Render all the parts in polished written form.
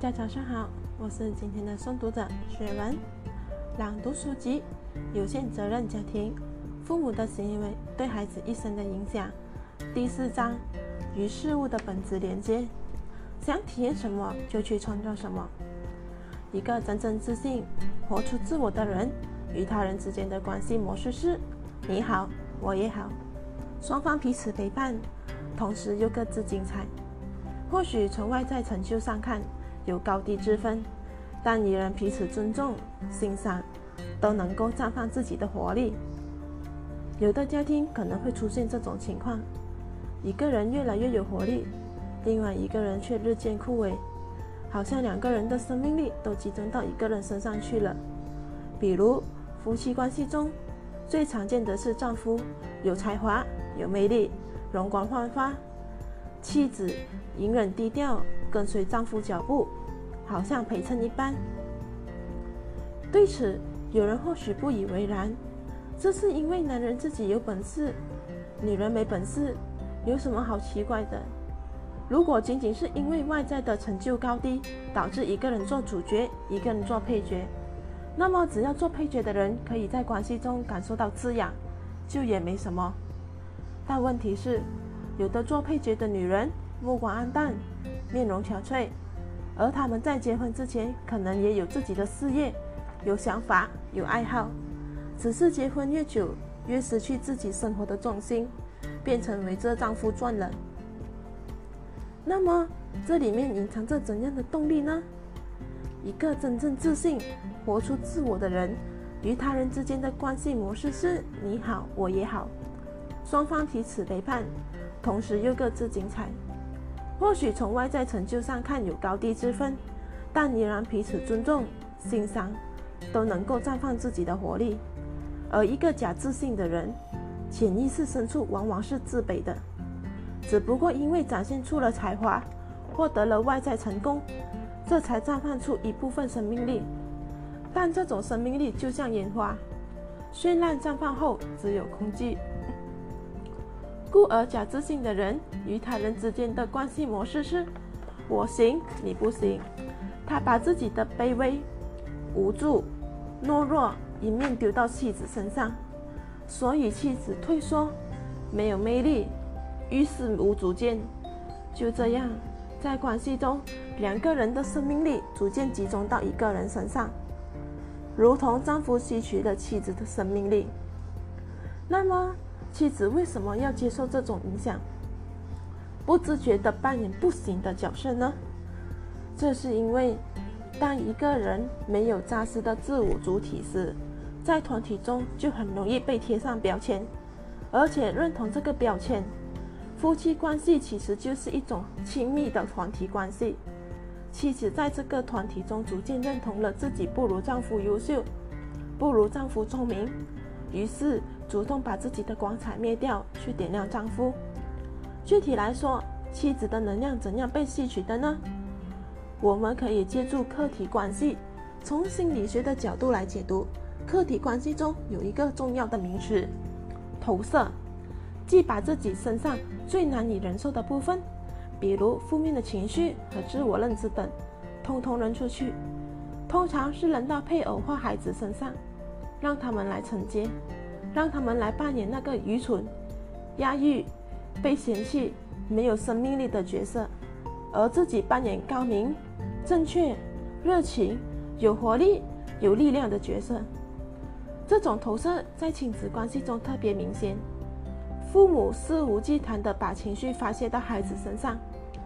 家早上好，我是今天的诵读者雪文。朗读书籍《有限责任家庭：父母的行为对孩子一生的影响》第4章与事物的本质连接。想体验什么就去创造什么。一个真正自信、活出自我的人与他人之间的关系模式是：你好，我也好，双方彼此陪伴，同时又各自精彩。或许从外在成就上看有高低之分，但一人彼此尊重、欣赏，都能够绽放自己的活力。有的家庭可能会出现这种情况：一个人越来越有活力，另外一个人却日渐枯萎，好像两个人的生命力都集中到一个人身上去了。比如夫妻关系中，最常见的是丈夫有才华、有魅力、容光焕发，妻子隐忍低调，跟随丈夫脚步，好像陪衬一般。对此，有人或许不以为然，这是因为男人自己有本事，女人没本事，有什么好奇怪的？如果仅仅是因为外在的成就高低，导致一个人做主角，一个人做配角，那么只要做配角的人可以在关系中感受到滋养，就也没什么。但问题是，有的做配角的女人目光暗淡，面容憔悴，而她们在结婚之前可能也有自己的事业，有想法，有爱好，只是结婚越久，越失去自己生活的重心，变成围着丈夫转了。那么这里面隐藏着怎样的动力呢？一个真正自信、活出自我的人与他人之间的关系模式是：你好，我也好，双方彼此陪伴，同时又各自精彩。或许从外在成就上看有高低之分，但依然彼此尊重、欣赏，都能够绽放自己的活力。而一个假自信的人，潜意识深处往往是自卑的，只不过因为展现出了才华，获得了外在成功，这才绽放出一部分生命力。但这种生命力就像烟花，绚烂绽放后只有空寂。故而假自信的人与他人之间的关系模式是：我行，你不行。他把自己的卑微、无助、懦弱一面丢到妻子身上，所以妻子退缩，没有魅力，遇事无主见。就这样，在关系中，两个人的生命力逐渐集中到一个人身上，如同丈夫吸取了妻子的生命力。那么妻子为什么要接受这种影响，不自觉地扮演不行的角色呢？这是因为当一个人没有扎实的自我主体时，在团体中就很容易被贴上标签，而且认同这个标签。夫妻关系其实就是一种亲密的团体关系，妻子在这个团体中逐渐认同了自己不如丈夫优秀，不如丈夫聪明，于是主动把自己的光彩灭掉，去点亮丈夫。具体来说，妻子的能量怎样被吸取的呢？我们可以借助客体关系，从心理学的角度来解读。客体关系中有一个重要的名词：投射，即把自己身上最难以忍受的部分，比如负面的情绪和自我认知等，通通扔出去，通常是扔到配偶或孩子身上，让他们来承接，让他们来扮演那个愚蠢、压抑、被嫌弃、没有生命力的角色，而自己扮演高明、正确、热情、有活力、有力量的角色。这种投射在亲子关系中特别明显，父母肆无忌惮地把情绪发泄到孩子身上，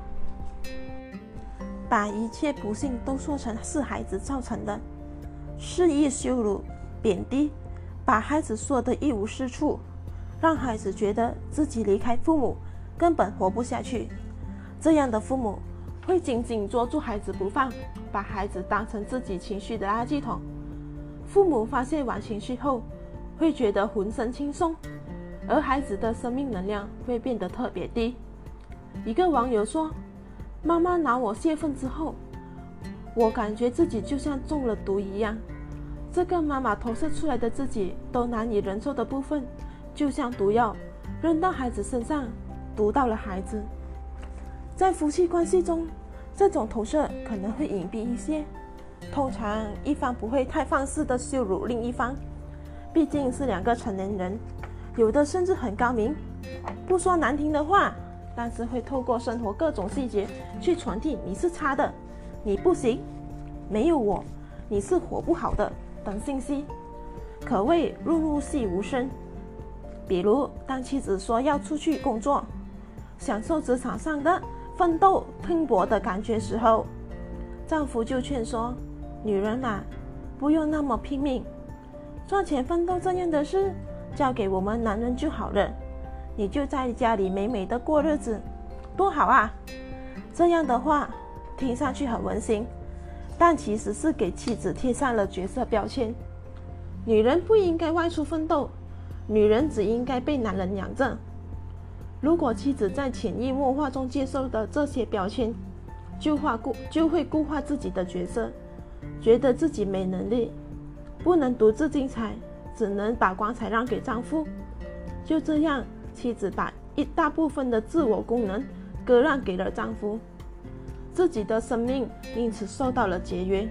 把一切不幸都说成是孩子造成的，肆意羞辱、贬低，把孩子说得一无是处，让孩子觉得自己离开父母根本活不下去。这样的父母会紧紧捉住孩子不放，把孩子当成自己情绪的垃圾桶。父母发泄完情绪后，会觉得浑身轻松，而孩子的生命能量会变得特别低。一个网友说：妈妈拿我泄愤之后，我感觉自己就像中了毒一样。这个妈妈投射出来的自己都难以忍受的部分，就像毒药扔到孩子身上，毒到了孩子。在夫妻关系中， 这种投射可能会隐蔽一些，通常一方不会太放肆地羞辱另一方，毕竟是2个成年人，有的甚至很高明，不说难听的话，但是会透过生活各种细节去传递你是差的，你不行，没有我你是活不好的等信息，可谓入戏无声。比如当妻子说要出去工作，享受职场上的奋斗拼搏的感觉时候，丈夫就劝说女人嘛，不用那么拼命，赚钱奋斗这样的事交给我们男人就好了，你就在家里美美的过日子，多好啊。这样的话听上去很温馨，但其实是给妻子贴上了角色标签。女人不应该外出奋斗，女人只应该被男人养着。如果妻子在潜移默化中接受的这些标签，就会固化自己的角色，觉得自己没能力，不能独自精彩，只能把光彩让给丈夫。就这样，妻子把一大部分的自我功能割让给了丈夫，自己的生命因此受到了节约。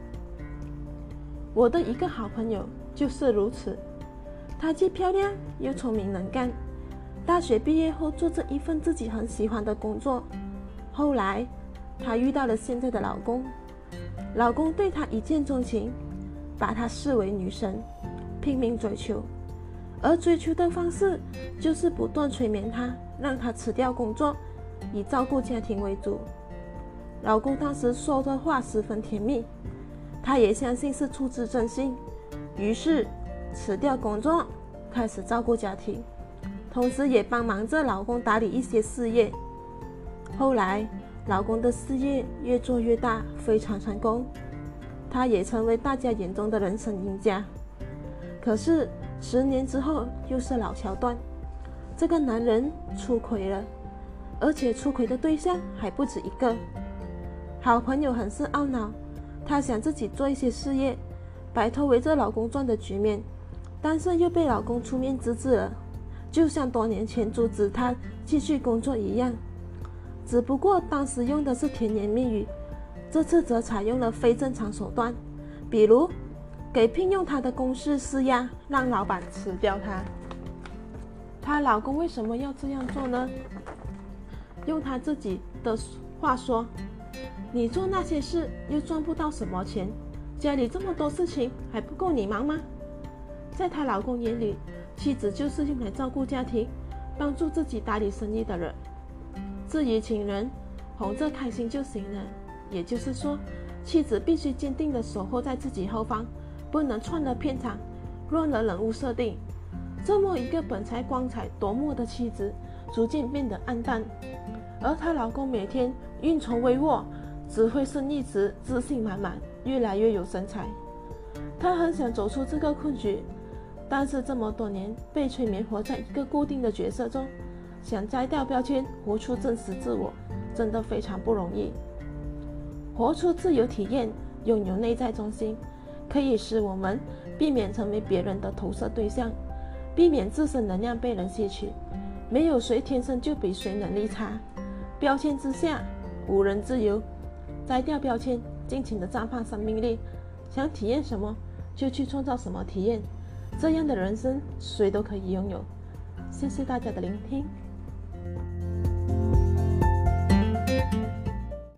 我的一个好朋友就是如此，她既漂亮又聪明能干，大学毕业后做着一份自己很喜欢的工作。后来她遇到了现在的老公，老公对她一见钟情，把她视为女神，拼命追求，而追求的方式就是不断催眠她，让她辞掉工作，以照顾家庭为主。老公当时说的话十分甜蜜，她也相信是出自真心，于是辞掉工作，开始照顾家庭，同时也帮忙着老公打理一些事业。后来老公的事业越做越大，非常成功，他也成为大家眼中的人生赢家。可是10年之后又是老桥段，这个男人出轨了，而且出轨的对象还不止一个。好朋友很是懊恼，她想自己做一些事业，摆脱围着老公转的局面，但是又被老公出面制止了，就像多年前阻止她继续工作一样。只不过当时用的是甜言蜜语，这次则采用了非正常手段，比如给聘用她的公司施压，让老板辞掉她。她老公为什么要这样做呢？用她自己的话说，你做那些事又赚不到什么钱，家里这么多事情还不够你忙吗？在她老公眼里，妻子就是用来照顾家庭，帮助自己打理生意的人，至于情人，哄着开心就行了。也就是说，妻子必须坚定地守候在自己后方，不能串了片场，乱了人物设定。这么一个本才光彩夺目的妻子，逐渐变得暗淡，而她老公每天运筹帷幄，只会生意直，自信满满，越来越有神采。她很想走出这个困局，但是这么多年被催眠活在一个固定的角色中，想摘掉标签，活出真实自我，真的非常不容易。活出自由体验，拥有内在中心，可以使我们避免成为别人的投射对象，避免自身能量被人吸取。没有谁天生就比谁能力差，标签之下无人自由。摘掉标签，尽情的绽放生命力，想体验什么就去创造什么体验，这样的人生谁都可以拥有。谢谢大家的聆听。